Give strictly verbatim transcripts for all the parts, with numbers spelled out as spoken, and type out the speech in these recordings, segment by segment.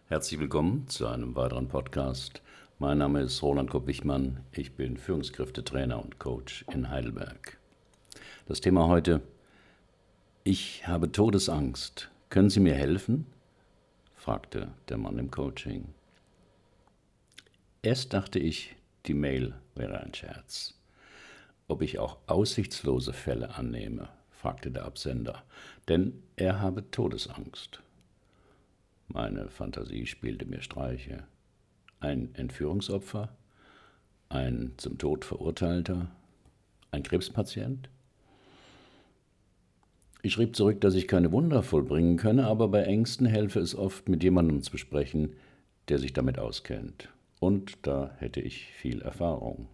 Herzlich willkommen zu einem weiteren Podcast. Mein Name ist Roland Kopp-Wichmann. Ich bin Führungskräftetrainer und Coach in Heidelberg. Das Thema heute: Ich habe Todesangst. Können Sie mir helfen? Fragte der Mann im Coaching. Erst dachte ich, die Mail wäre ein Scherz. Ob ich auch aussichtslose Fälle annehme, fragte der Absender, denn er habe Todesangst. Meine Fantasie spielte mir Streiche. Ein Entführungsopfer? Ein zum Tod Verurteilter? Ein Krebspatient? Ich schrieb zurück, dass ich keine Wunder vollbringen könne, aber bei Ängsten helfe es oft, mit jemandem zu sprechen, der sich damit auskennt. Und da hätte ich viel Erfahrung.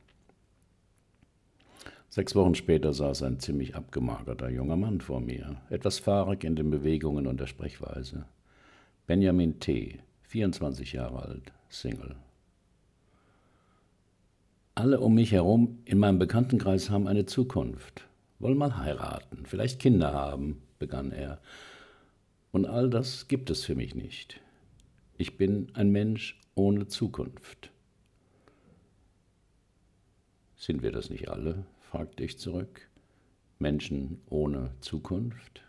Sechs Wochen später saß ein ziemlich abgemagerter junger Mann vor mir, etwas fahrig in den Bewegungen und der Sprechweise. Benjamin T., vierundzwanzig Jahre alt, Single. Alle um mich herum in meinem Bekanntenkreis haben eine Zukunft, wollen mal heiraten, vielleicht Kinder haben, begann er. Und all das gibt es für mich nicht. Ich bin ein Mensch ohne Zukunft. Sind wir das nicht alle? Fragte ich zurück. Menschen ohne Zukunft?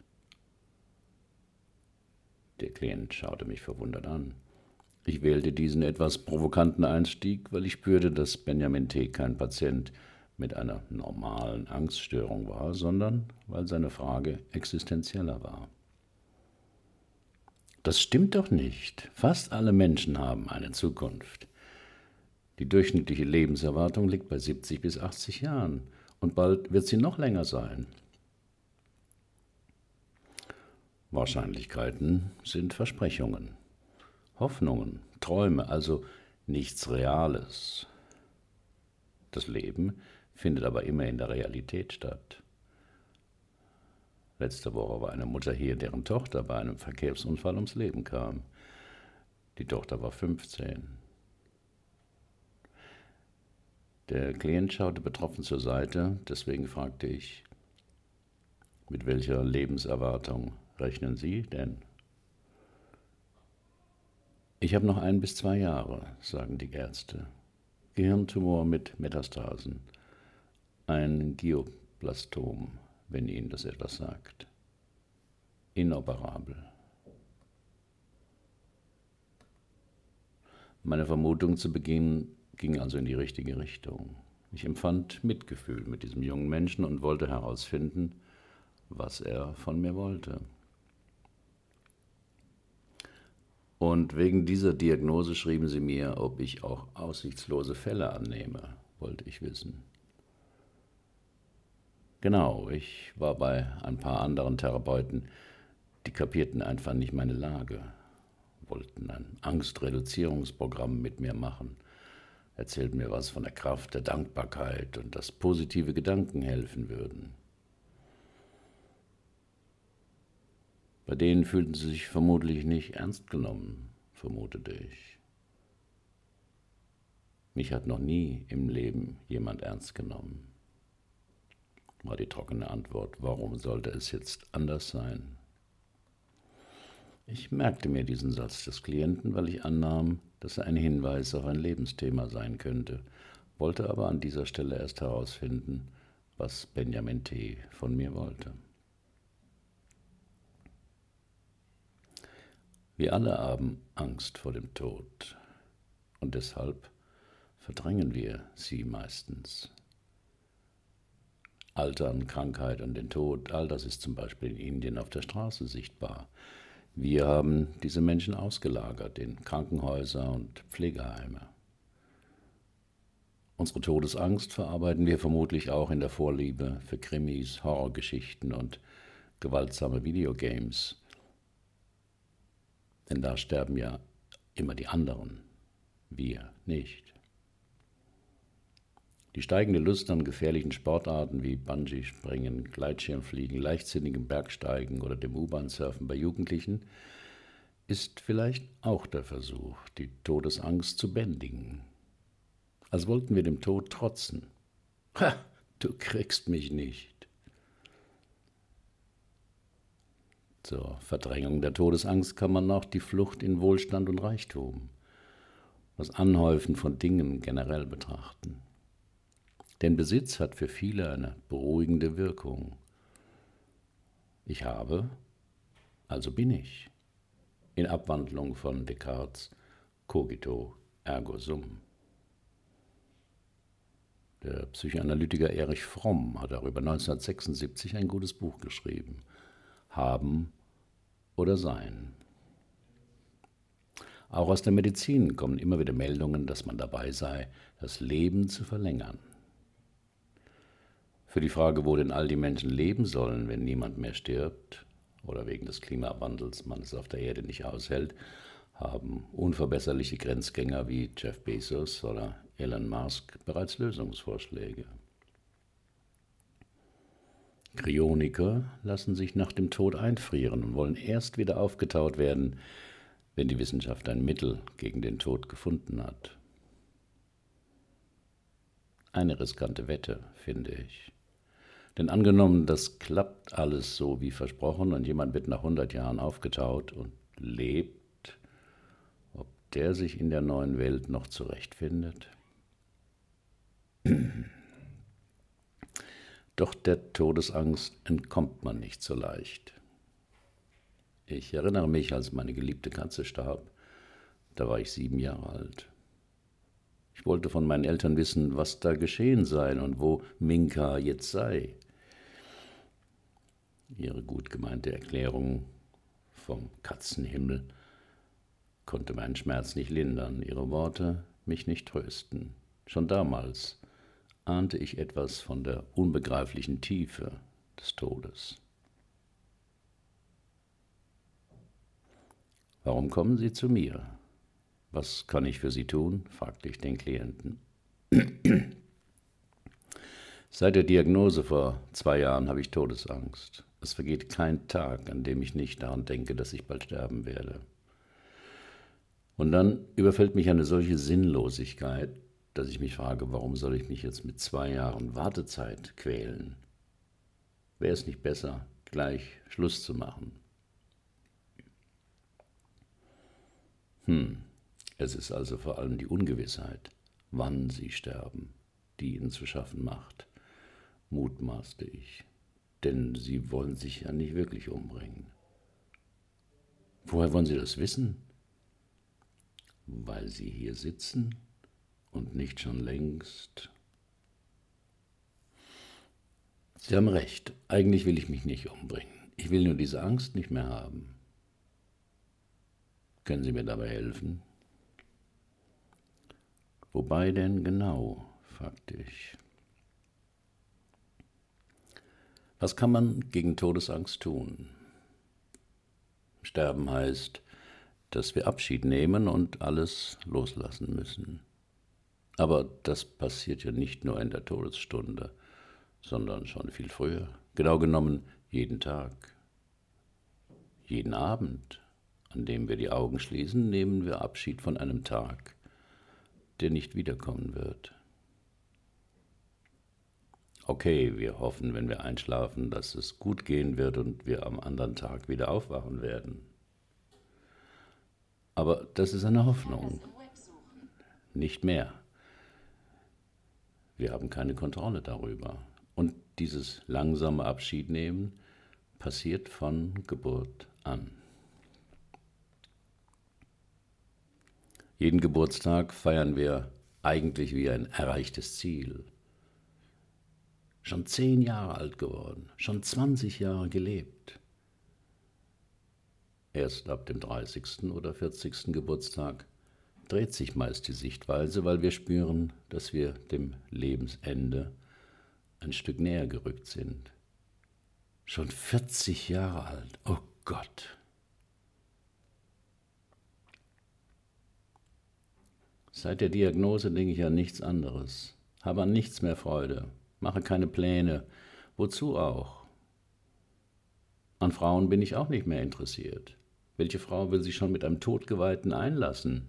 Der Klient schaute mich verwundert an. Ich wählte diesen etwas provokanten Einstieg, weil ich spürte, dass Benjamin T. kein Patient mit einer normalen Angststörung war, sondern weil seine Frage existenzieller war. Das stimmt doch nicht. Fast alle Menschen haben eine Zukunft. Die durchschnittliche Lebenserwartung liegt bei siebzig bis achtzig Jahren und bald wird sie noch länger sein. Wahrscheinlichkeiten sind Versprechungen, Hoffnungen, Träume, also nichts Reales. Das Leben findet aber immer in der Realität statt. Letzte Woche war eine Mutter hier, deren Tochter bei einem Verkehrsunfall ums Leben kam. Die Tochter war fünfzehn. Der Klient schaute betroffen zur Seite, deswegen fragte ich: Mit welcher Lebenserwartung rechnen Sie denn? Ich habe noch ein bis zwei Jahre, sagen die Ärzte. Gehirntumor mit Metastasen. Ein Glioblastom, wenn Ihnen das etwas sagt. Inoperabel. Meine Vermutung zu Beginn ging also in die richtige Richtung. Ich empfand Mitgefühl mit diesem jungen Menschen und wollte herausfinden, was er von mir wollte. Und wegen dieser Diagnose schrieben sie mir, ob ich auch aussichtslose Fälle annehme, wollte ich wissen. Genau, ich war bei ein paar anderen Therapeuten, die kapierten einfach nicht meine Lage, wollten ein Angstreduzierungsprogramm mit mir machen, erzählten mir was von der Kraft der Dankbarkeit und dass positive Gedanken helfen würden. Bei denen fühlten sie sich vermutlich nicht ernst genommen, vermutete ich. Mich hat noch nie im Leben jemand ernst genommen, war die trockene Antwort. Warum sollte es jetzt anders sein? Ich merkte mir diesen Satz des Klienten, weil ich annahm, dass er ein Hinweis auf ein Lebensthema sein könnte, wollte aber an dieser Stelle erst herausfinden, was Benjamin T. von mir wollte. Wir alle haben Angst vor dem Tod und deshalb verdrängen wir sie meistens. Altern, Krankheit und den Tod, all das ist zum Beispiel in Indien auf der Straße sichtbar. Wir haben diese Menschen ausgelagert in Krankenhäuser und Pflegeheime. Unsere Todesangst verarbeiten wir vermutlich auch in der Vorliebe für Krimis, Horrorgeschichten und gewaltsame Videogames. Denn da sterben ja immer die anderen, wir nicht. Die steigende Lust an gefährlichen Sportarten wie Bungee-Springen, Gleitschirmfliegen, leichtsinnigem Bergsteigen oder dem U-Bahn-Surfen bei Jugendlichen ist vielleicht auch der Versuch, die Todesangst zu bändigen. Als wollten wir dem Tod trotzen. Ha, du kriegst mich nicht. Zur Verdrängung der Todesangst kann man auch die Flucht in Wohlstand und Reichtum, das Anhäufen von Dingen generell betrachten. Denn Besitz hat für viele eine beruhigende Wirkung. Ich habe, also bin ich, in Abwandlung von Descartes' Cogito ergo sum. Der Psychoanalytiker Erich Fromm hat darüber neunzehnhundertsechsundsiebzig ein gutes Buch geschrieben. Haben oder sein. Auch aus der Medizin kommen immer wieder Meldungen, dass man dabei sei, das Leben zu verlängern. Für die Frage, wo denn all die Menschen leben sollen, wenn niemand mehr stirbt oder wegen des Klimawandels man es auf der Erde nicht aushält, haben unverbesserliche Grenzgänger wie Jeff Bezos oder Elon Musk bereits Lösungsvorschläge. Kryoniker lassen sich nach dem Tod einfrieren und wollen erst wieder aufgetaut werden, wenn die Wissenschaft ein Mittel gegen den Tod gefunden hat. Eine riskante Wette, finde ich. Denn angenommen, das klappt alles so wie versprochen und jemand wird nach hundert Jahren aufgetaut und lebt, ob der sich in der neuen Welt noch zurechtfindet? Doch der Todesangst entkommt man nicht so leicht. Ich erinnere mich, als meine geliebte Katze starb, da war ich sieben Jahre alt. Ich wollte von meinen Eltern wissen, was da geschehen sei und wo Minka jetzt sei. Ihre gut gemeinte Erklärung vom Katzenhimmel konnte meinen Schmerz nicht lindern, ihre Worte mich nicht trösten. Schon damals ahnte ich etwas von der unbegreiflichen Tiefe des Todes. »Warum kommen Sie zu mir? Was kann ich für Sie tun?« fragte ich den Klienten. Seit der Diagnose vor zwei Jahren habe ich Todesangst. Es vergeht kein Tag, an dem ich nicht daran denke, dass ich bald sterben werde. Und dann überfällt mich eine solche Sinnlosigkeit, dass ich mich frage, warum soll ich mich jetzt mit zwei Jahren Wartezeit quälen? Wäre es nicht besser, gleich Schluss zu machen? Hm, es ist also vor allem die Ungewissheit, wann Sie sterben, die Ihnen zu schaffen macht, mutmaßte ich. Denn Sie wollen sich ja nicht wirklich umbringen. Woher wollen Sie das wissen? Weil Sie hier sitzen und nicht schon längst. Sie haben recht, eigentlich will ich mich nicht umbringen. Ich will nur diese Angst nicht mehr haben. Können Sie mir dabei helfen? Wobei denn genau, fragte ich. Was kann man gegen Todesangst tun? Sterben heißt, dass wir Abschied nehmen und alles loslassen müssen. Aber das passiert ja nicht nur in der Todesstunde, sondern schon viel früher. Genau genommen jeden Tag. Jeden Abend, an dem wir die Augen schließen, nehmen wir Abschied von einem Tag, der nicht wiederkommen wird. Okay, wir hoffen, wenn wir einschlafen, dass es gut gehen wird und wir am anderen Tag wieder aufwachen werden. Aber das ist eine Hoffnung, nicht mehr. Wir haben keine Kontrolle darüber. Und dieses langsame Abschiednehmen passiert von Geburt an. Jeden Geburtstag feiern wir eigentlich wie ein erreichtes Ziel. Schon zehn Jahre alt geworden, schon zwanzig Jahre gelebt. Erst ab dem dreißigsten oder vierzigsten Geburtstag dreht sich meist die Sichtweise, weil wir spüren, dass wir dem Lebensende ein Stück näher gerückt sind. Schon vierzig Jahre alt, oh Gott! Seit der Diagnose denke ich an nichts anderes, habe an nichts mehr Freude, mache keine Pläne, wozu auch? An Frauen bin ich auch nicht mehr interessiert. Welche Frau will sich schon mit einem Todgeweihten einlassen?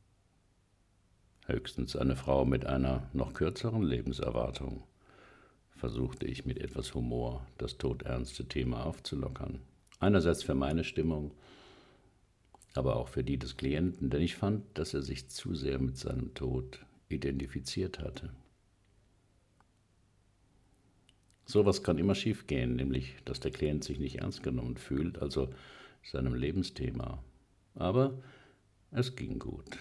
Höchstens eine Frau mit einer noch kürzeren Lebenserwartung. versuchte ich mit etwas Humor das todernste Thema aufzulockern. Einerseits für meine Stimmung, aber auch für die des Klienten, denn ich fand, dass er sich zu sehr mit seinem Tod identifiziert hatte. Sowas kann immer schiefgehen, nämlich, dass der Klient sich nicht ernst genommen fühlt, also seinem Lebensthema. Aber es ging gut.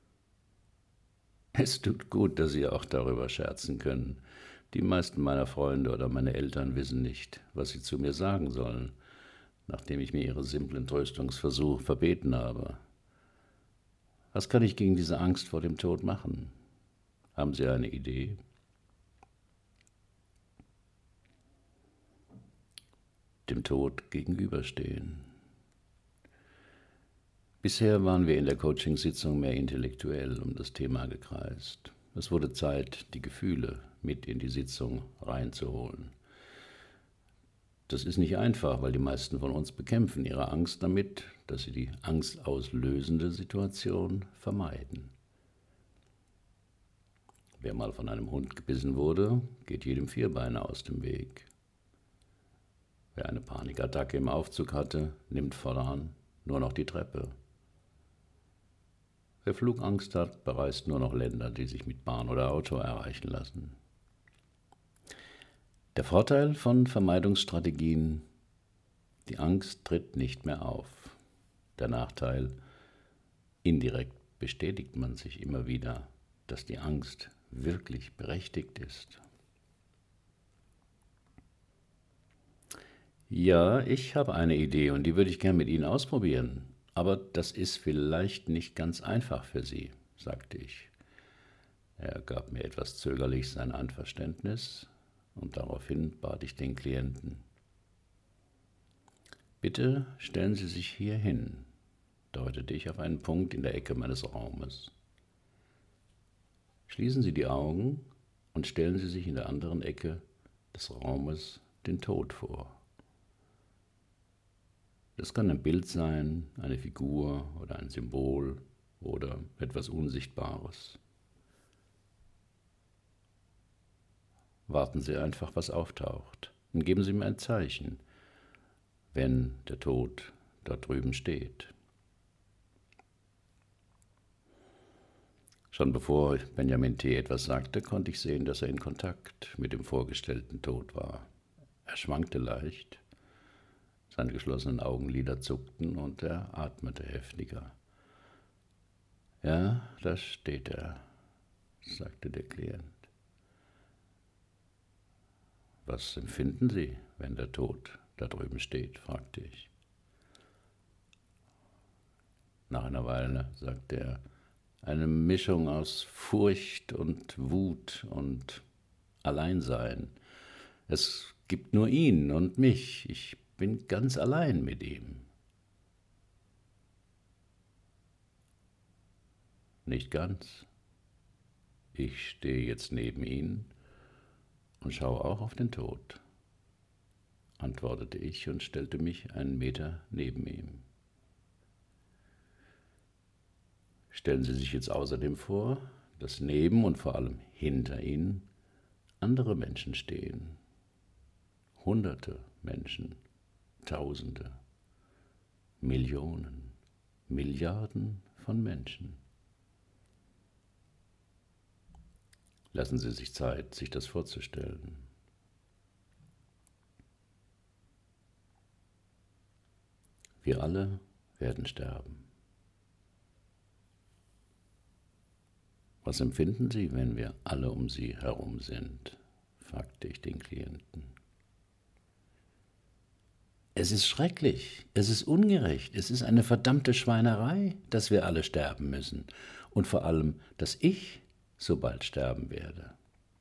Es tut gut, dass Sie auch darüber scherzen können. Die meisten meiner Freunde oder meine Eltern wissen nicht, was sie zu mir sagen sollen, nachdem ich mir ihre simplen Tröstungsversuche verbeten habe. Was kann ich gegen diese Angst vor dem Tod machen? Haben Sie eine Idee? Dem Tod gegenüberstehen. Bisher waren wir in der Coachingsitzung mehr intellektuell um das Thema gekreist. Es wurde Zeit, die Gefühle mit in die Sitzung reinzuholen. Das ist nicht einfach, weil die meisten von uns bekämpfen ihre Angst damit, dass sie die angstauslösende Situation vermeiden. Wer mal von einem Hund gebissen wurde, geht jedem Vierbeiner aus dem Weg. Wer eine Panikattacke im Aufzug hatte, nimmt fortan nur noch die Treppe. Wer Flugangst hat, bereist nur noch Länder, die sich mit Bahn oder Auto erreichen lassen. Der Vorteil von Vermeidungsstrategien: die Angst tritt nicht mehr auf. Der Nachteil: indirekt bestätigt man sich immer wieder, dass die Angst wirklich berechtigt ist. Ja, ich habe eine Idee und die würde ich gern mit Ihnen ausprobieren. Aber das ist vielleicht nicht ganz einfach für Sie, sagte ich. Er gab mir etwas zögerlich sein Einverständnis und daraufhin bat ich den Klienten: Bitte stellen Sie sich hier hin, deutete ich auf einen Punkt in der Ecke meines Raumes. Schließen Sie die Augen und stellen Sie sich in der anderen Ecke des Raumes den Tod vor. Das kann ein Bild sein, eine Figur oder ein Symbol oder etwas Unsichtbares. Warten Sie einfach, was auftaucht, und geben Sie mir ein Zeichen, wenn der Tod dort drüben steht. Schon bevor Benjamin T. etwas sagte, konnte ich sehen, dass er in Kontakt mit dem vorgestellten Tod war. Er schwankte leicht, seine geschlossenen Augenlider zuckten und er atmete heftiger. »Ja, da steht er«, sagte der Klient. »Was empfinden Sie, wenn der Tod da drüben steht?«, fragte ich. Nach einer Weile sagte er: »Eine Mischung aus Furcht und Wut und Alleinsein. Es gibt nur ihn und mich. Ich bin ganz allein mit ihm.« »Nicht ganz. Ich stehe jetzt neben Ihnen und schaue auch auf den Tod«, antwortete ich und stellte mich einen Meter neben ihm. Stellen Sie sich jetzt außerdem vor, dass neben und vor allem hinter Ihnen andere Menschen stehen. Hunderte Menschen, Tausende, Millionen, Milliarden von Menschen. Lassen Sie sich Zeit, sich das vorzustellen. Wir alle werden sterben. Was empfinden Sie, wenn wir alle um Sie herum sind?, fragte ich den Klienten. Es ist schrecklich, es ist ungerecht, es ist eine verdammte Schweinerei, dass wir alle sterben müssen und vor allem, dass ich so bald sterben werde.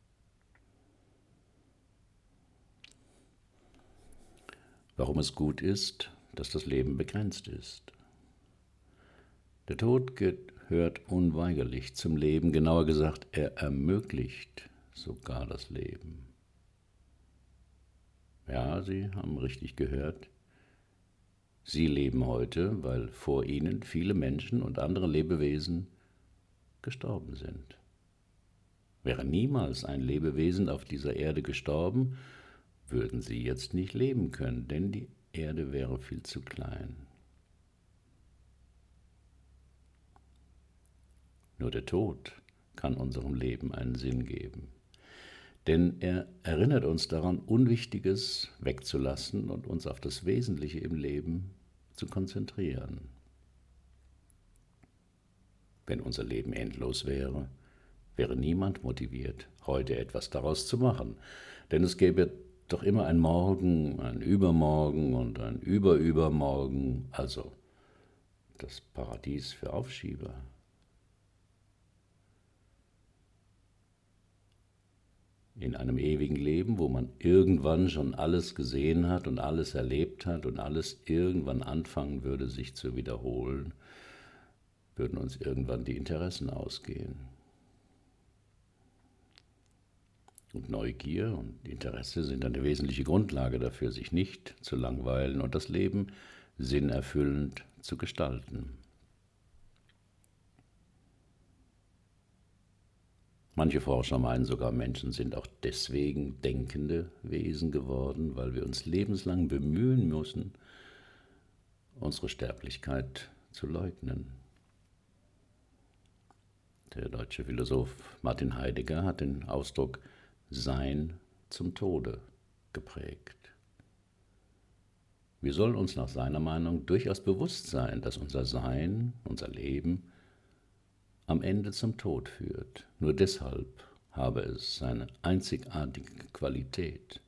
Warum es gut ist, dass das Leben begrenzt ist. Der Tod gehört unweigerlich zum Leben, genauer gesagt, er ermöglicht sogar das Leben. Ja, Sie haben richtig gehört. Sie leben heute, weil vor Ihnen viele Menschen und andere Lebewesen gestorben sind. Wäre niemals ein Lebewesen auf dieser Erde gestorben, würden sie jetzt nicht leben können, denn die Erde wäre viel zu klein. Nur der Tod kann unserem Leben einen Sinn geben, denn er erinnert uns daran, Unwichtiges wegzulassen und uns auf das Wesentliche im Leben zu konzentrieren. Wenn unser Leben endlos wäre, wäre niemand motiviert, heute etwas daraus zu machen, denn es gäbe doch immer ein Morgen, ein Übermorgen und ein Überübermorgen, also das Paradies für Aufschieber. In einem ewigen Leben, wo man irgendwann schon alles gesehen hat und alles erlebt hat und alles irgendwann anfangen würde, sich zu wiederholen, würden uns irgendwann die Interessen ausgehen. Und Neugier und Interesse sind eine wesentliche Grundlage dafür, sich nicht zu langweilen und das Leben sinnerfüllend zu gestalten. Manche Forscher meinen sogar, Menschen sind auch deswegen denkende Wesen geworden, weil wir uns lebenslang bemühen müssen, unsere Sterblichkeit zu leugnen. Der deutsche Philosoph Martin Heidegger hat den Ausdruck Sein zum Tode geprägt. Wir sollen uns nach seiner Meinung durchaus bewusst sein, dass unser Sein, unser Leben am Ende zum Tod führt. Nur deshalb habe es seine einzigartige Qualität.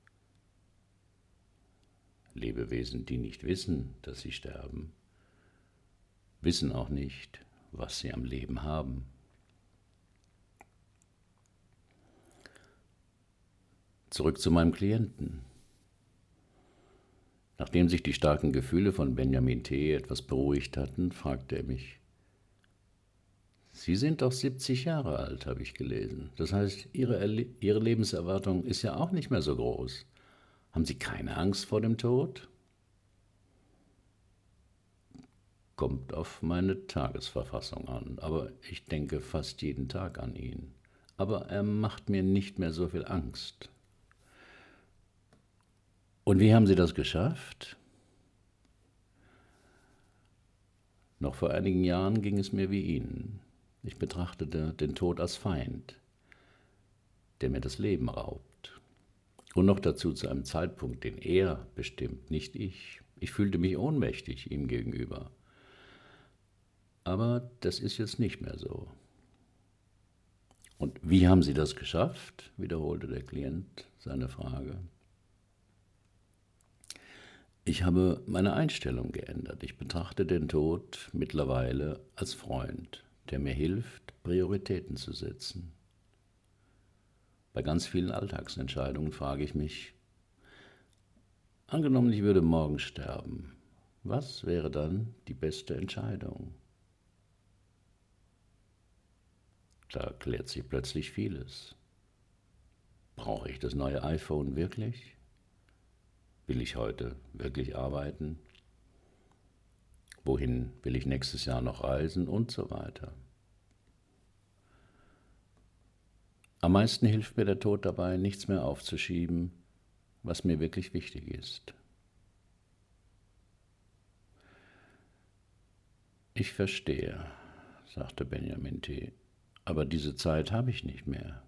Lebewesen, die nicht wissen, dass sie sterben, wissen auch nicht, was sie am Leben haben. Zurück zu meinem Klienten. Nachdem sich die starken Gefühle von Benjamin T. etwas beruhigt hatten, fragte er mich: Sie sind doch siebzig Jahre alt, habe ich gelesen. Das heißt, Ihre, Erle- Ihre Lebenserwartung ist ja auch nicht mehr so groß. Haben Sie keine Angst vor dem Tod? Kommt auf meine Tagesverfassung an, aber ich denke fast jeden Tag an ihn. Aber er macht mir nicht mehr so viel Angst. Und wie haben Sie das geschafft? Noch vor einigen Jahren ging es mir wie Ihnen. Ich betrachtete den Tod als Feind, der mir das Leben raubt. Und noch dazu zu einem Zeitpunkt, den er bestimmt, nicht ich. Ich fühlte mich ohnmächtig ihm gegenüber. Aber das ist jetzt nicht mehr so. Und wie haben Sie das geschafft? Wiederholte der Klient seine Frage. Ich habe meine Einstellung geändert. Ich betrachte den Tod mittlerweile als Freund, der mir hilft, Prioritäten zu setzen. Bei ganz vielen Alltagsentscheidungen frage ich mich, angenommen, ich würde morgen sterben, was wäre dann die beste Entscheidung? Da klärt sich plötzlich vieles. Brauche ich das neue iPhone wirklich? Will ich heute wirklich arbeiten? Wohin will ich nächstes Jahr noch reisen? Und so weiter. Am meisten hilft mir der Tod dabei, nichts mehr aufzuschieben, was mir wirklich wichtig ist. Ich verstehe, sagte Benjamin T., aber diese Zeit habe ich nicht mehr.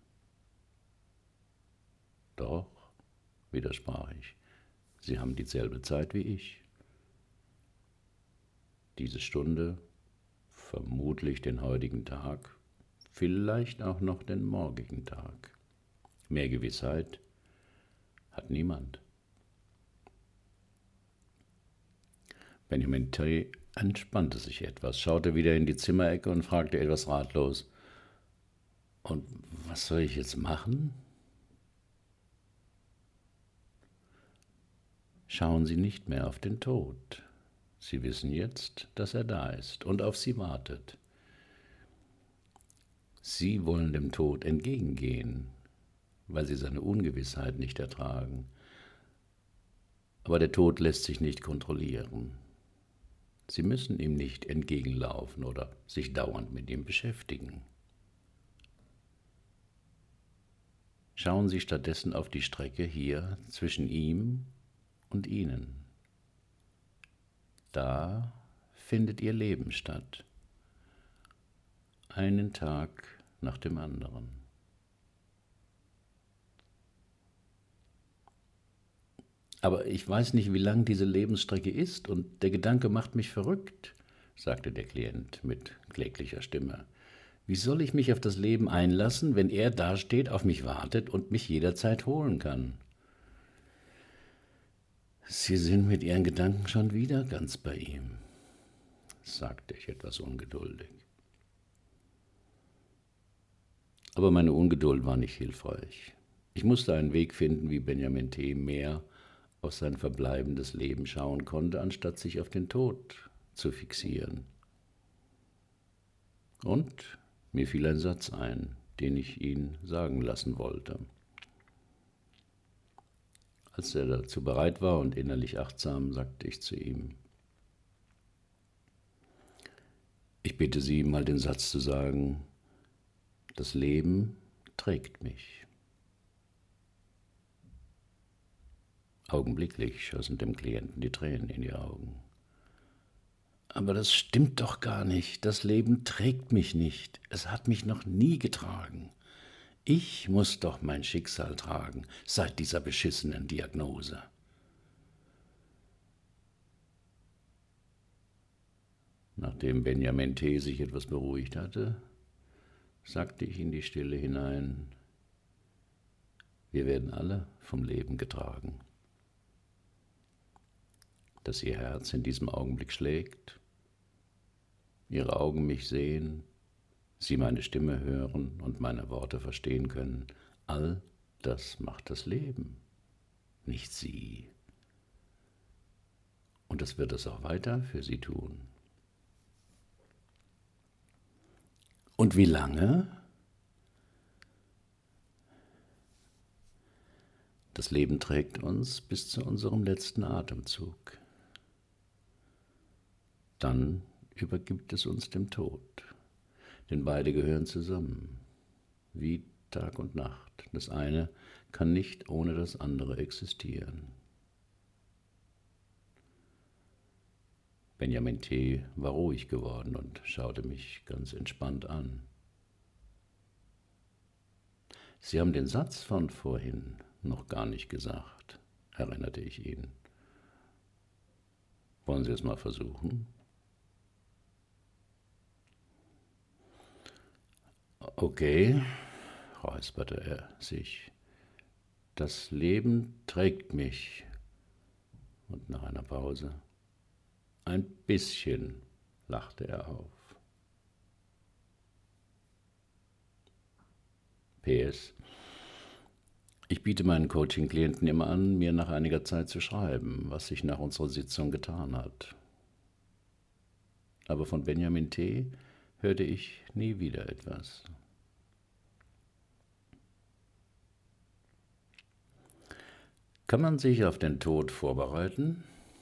Doch, widersprach ich, Sie haben dieselbe Zeit wie ich. Diese Stunde, vermutlich den heutigen Tag, vielleicht auch noch den morgigen Tag. Mehr Gewissheit hat niemand. Benjamin T. entspannte sich etwas, schaute wieder in die Zimmerecke und fragte etwas ratlos: Und was soll ich jetzt machen? Schauen Sie nicht mehr auf den Tod. Sie wissen jetzt, dass er da ist und auf Sie wartet. Sie wollen dem Tod entgegengehen, weil Sie seine Ungewissheit nicht ertragen. Aber der Tod lässt sich nicht kontrollieren. Sie müssen ihm nicht entgegenlaufen oder sich dauernd mit ihm beschäftigen. Schauen Sie stattdessen auf die Strecke hier zwischen ihm und Ihnen. Da findet Ihr Leben statt, einen Tag nach dem anderen. Aber ich weiß nicht, wie lang diese Lebensstrecke ist, und der Gedanke macht mich verrückt, sagte der Klient mit kläglicher Stimme. Wie soll ich mich auf das Leben einlassen, wenn er dasteht, auf mich wartet und mich jederzeit holen kann? Sie sind mit Ihren Gedanken schon wieder ganz bei ihm, sagte ich etwas ungeduldig. Aber meine Ungeduld war nicht hilfreich. Ich musste einen Weg finden, wie Benjamin T. mehr auf sein verbleibendes Leben schauen konnte, anstatt sich auf den Tod zu fixieren. Und mir fiel ein Satz ein, den ich ihn sagen lassen wollte. Als er dazu bereit war und innerlich achtsam, sagte ich zu ihm: Ich bitte Sie, mal den Satz zu sagen: Das Leben trägt mich. Augenblicklich schossen dem Klienten die Tränen in die Augen. Aber das stimmt doch gar nicht. Das Leben trägt mich nicht. Es hat mich noch nie getragen. Ich muss doch mein Schicksal tragen, seit dieser beschissenen Diagnose. Nachdem Benjamin T. sich etwas beruhigt hatte, sagte ich in die Stille hinein: Wir werden alle vom Leben getragen. Dass Ihr Herz in diesem Augenblick schlägt, Ihre Augen mich sehen, Sie meine Stimme hören und meine Worte verstehen können, all das macht das Leben, nicht Sie. Und das wird es auch weiter für Sie tun. Und wie lange? Das Leben trägt uns bis zu unserem letzten Atemzug. Dann übergibt es uns dem Tod, denn beide gehören zusammen, wie Tag und Nacht. Das eine kann nicht ohne das andere existieren. Benjamin T. war ruhig geworden und schaute mich ganz entspannt an. Sie haben den Satz von vorhin noch gar nicht gesagt, erinnerte ich ihn. Wollen Sie es mal versuchen? Okay, räusperte er sich. Das Leben trägt mich. Und nach einer Pause: Ein bisschen, lachte er auf. P S Ich biete meinen Coaching-Klienten immer an, mir nach einiger Zeit zu schreiben, was sich nach unserer Sitzung getan hat. Aber von Benjamin T. hörte ich nie wieder etwas. Kann man sich auf den Tod vorbereiten?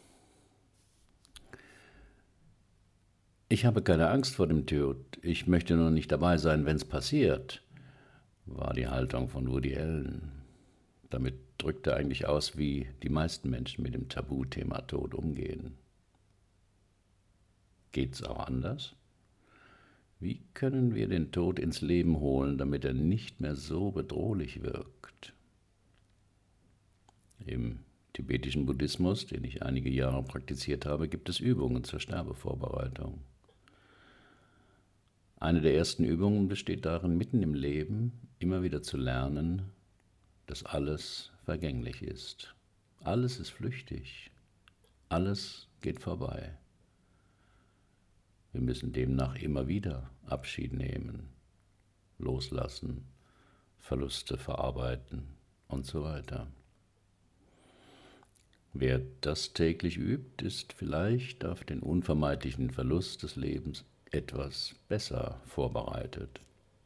Ich habe keine Angst vor dem Tod. Ich möchte nur nicht dabei sein, wenn es passiert, war die Haltung von Woody Allen. Damit drückte er eigentlich aus, wie die meisten Menschen mit dem Tabuthema Tod umgehen. Geht's auch anders? Wie können wir den Tod ins Leben holen, damit er nicht mehr so bedrohlich wirkt? Im tibetischen Buddhismus, den ich einige Jahre praktiziert habe, gibt es Übungen zur Sterbevorbereitung. Eine der ersten Übungen besteht darin, mitten im Leben immer wieder zu lernen, dass alles vergänglich ist. Alles ist flüchtig. Alles geht vorbei. Wir müssen demnach immer wieder Abschied nehmen, loslassen, Verluste verarbeiten und so weiter. Wer das täglich übt, ist vielleicht auf den unvermeidlichen Verlust des Lebens etwas besser vorbereitet.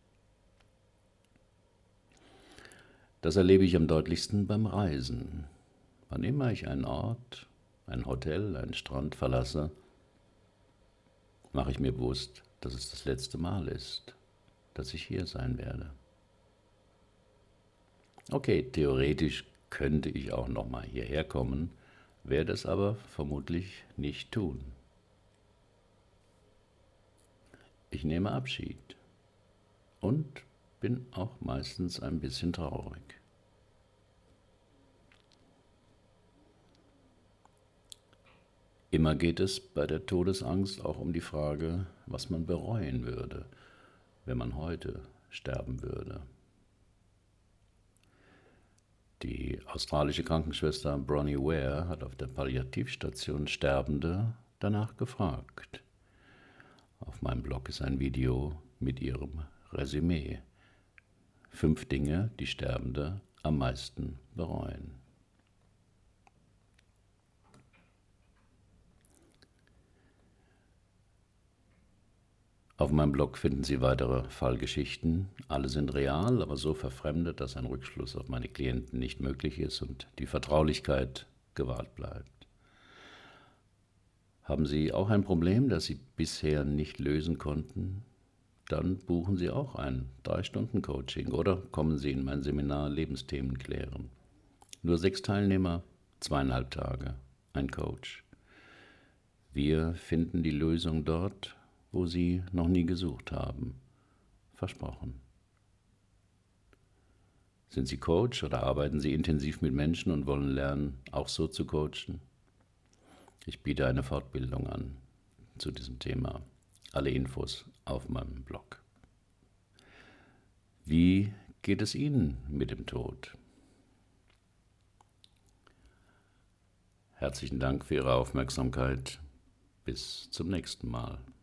Das erlebe ich am deutlichsten beim Reisen. Wann immer ich einen Ort, ein Hotel, einen Strand verlasse, mache ich mir bewusst, dass es das letzte Mal ist, dass ich hier sein werde. Okay, theoretisch könnte ich auch nochmal hierher kommen, werde es aber vermutlich nicht tun. Ich nehme Abschied und bin auch meistens ein bisschen traurig. Immer geht es bei der Todesangst auch um die Frage, was man bereuen würde, wenn man heute sterben würde. Die australische Krankenschwester Bronnie Ware hat auf der Palliativstation Sterbende danach gefragt. Auf meinem Blog ist ein Video mit ihrem Resümee. Fünf Dinge, die Sterbende am meisten bereuen. Auf meinem Blog finden Sie weitere Fallgeschichten. Alle sind real, aber so verfremdet, dass ein Rückschluss auf meine Klienten nicht möglich ist und die Vertraulichkeit gewahrt bleibt. Haben Sie auch ein Problem, das Sie bisher nicht lösen konnten? Dann buchen Sie auch ein drei Stunden Coaching oder kommen Sie in mein Seminar Lebensthemen klären. Nur sechs Teilnehmer, zweieinhalb Tage, ein Coach. Wir finden die Lösung dort, wo Sie noch nie gesucht haben. Versprochen. Sind Sie Coach oder arbeiten Sie intensiv mit Menschen und wollen lernen, auch so zu coachen? Ich biete eine Fortbildung an zu diesem Thema. Alle Infos auf meinem Blog. Wie geht es Ihnen mit dem Tod? Herzlichen Dank für Ihre Aufmerksamkeit. Bis zum nächsten Mal.